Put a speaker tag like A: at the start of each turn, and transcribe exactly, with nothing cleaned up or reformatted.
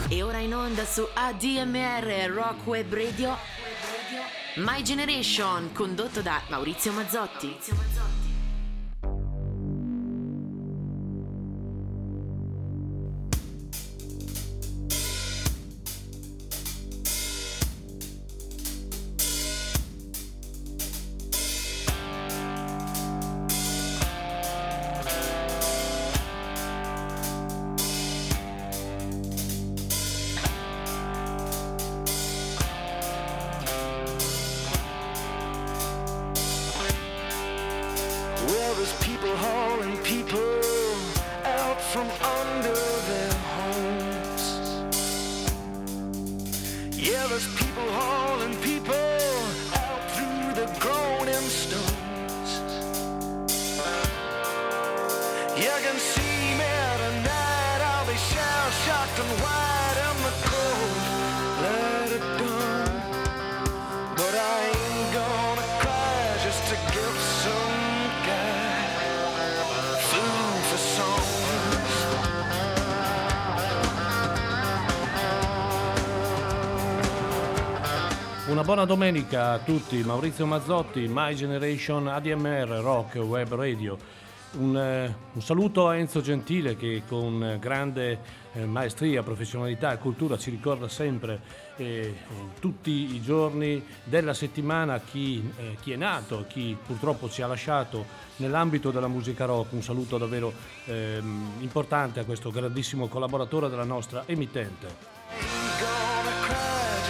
A: E ora in onda su A D M R Rock Web Radio My Generation, condotto da Maurizio Mazzotti.
B: Una buona domenica a tutti, Maurizio Mazzotti, My Generation A D M R Rock Web Radio. Un, eh, un saluto a Enzo Gentile che con grande eh, maestria, professionalità e cultura ci ricorda sempre eh, tutti i giorni della settimana chi, eh, chi è nato, chi purtroppo ci ha lasciato nell'ambito della musica rock. Un saluto davvero eh, importante a questo grandissimo collaboratore della nostra emittente.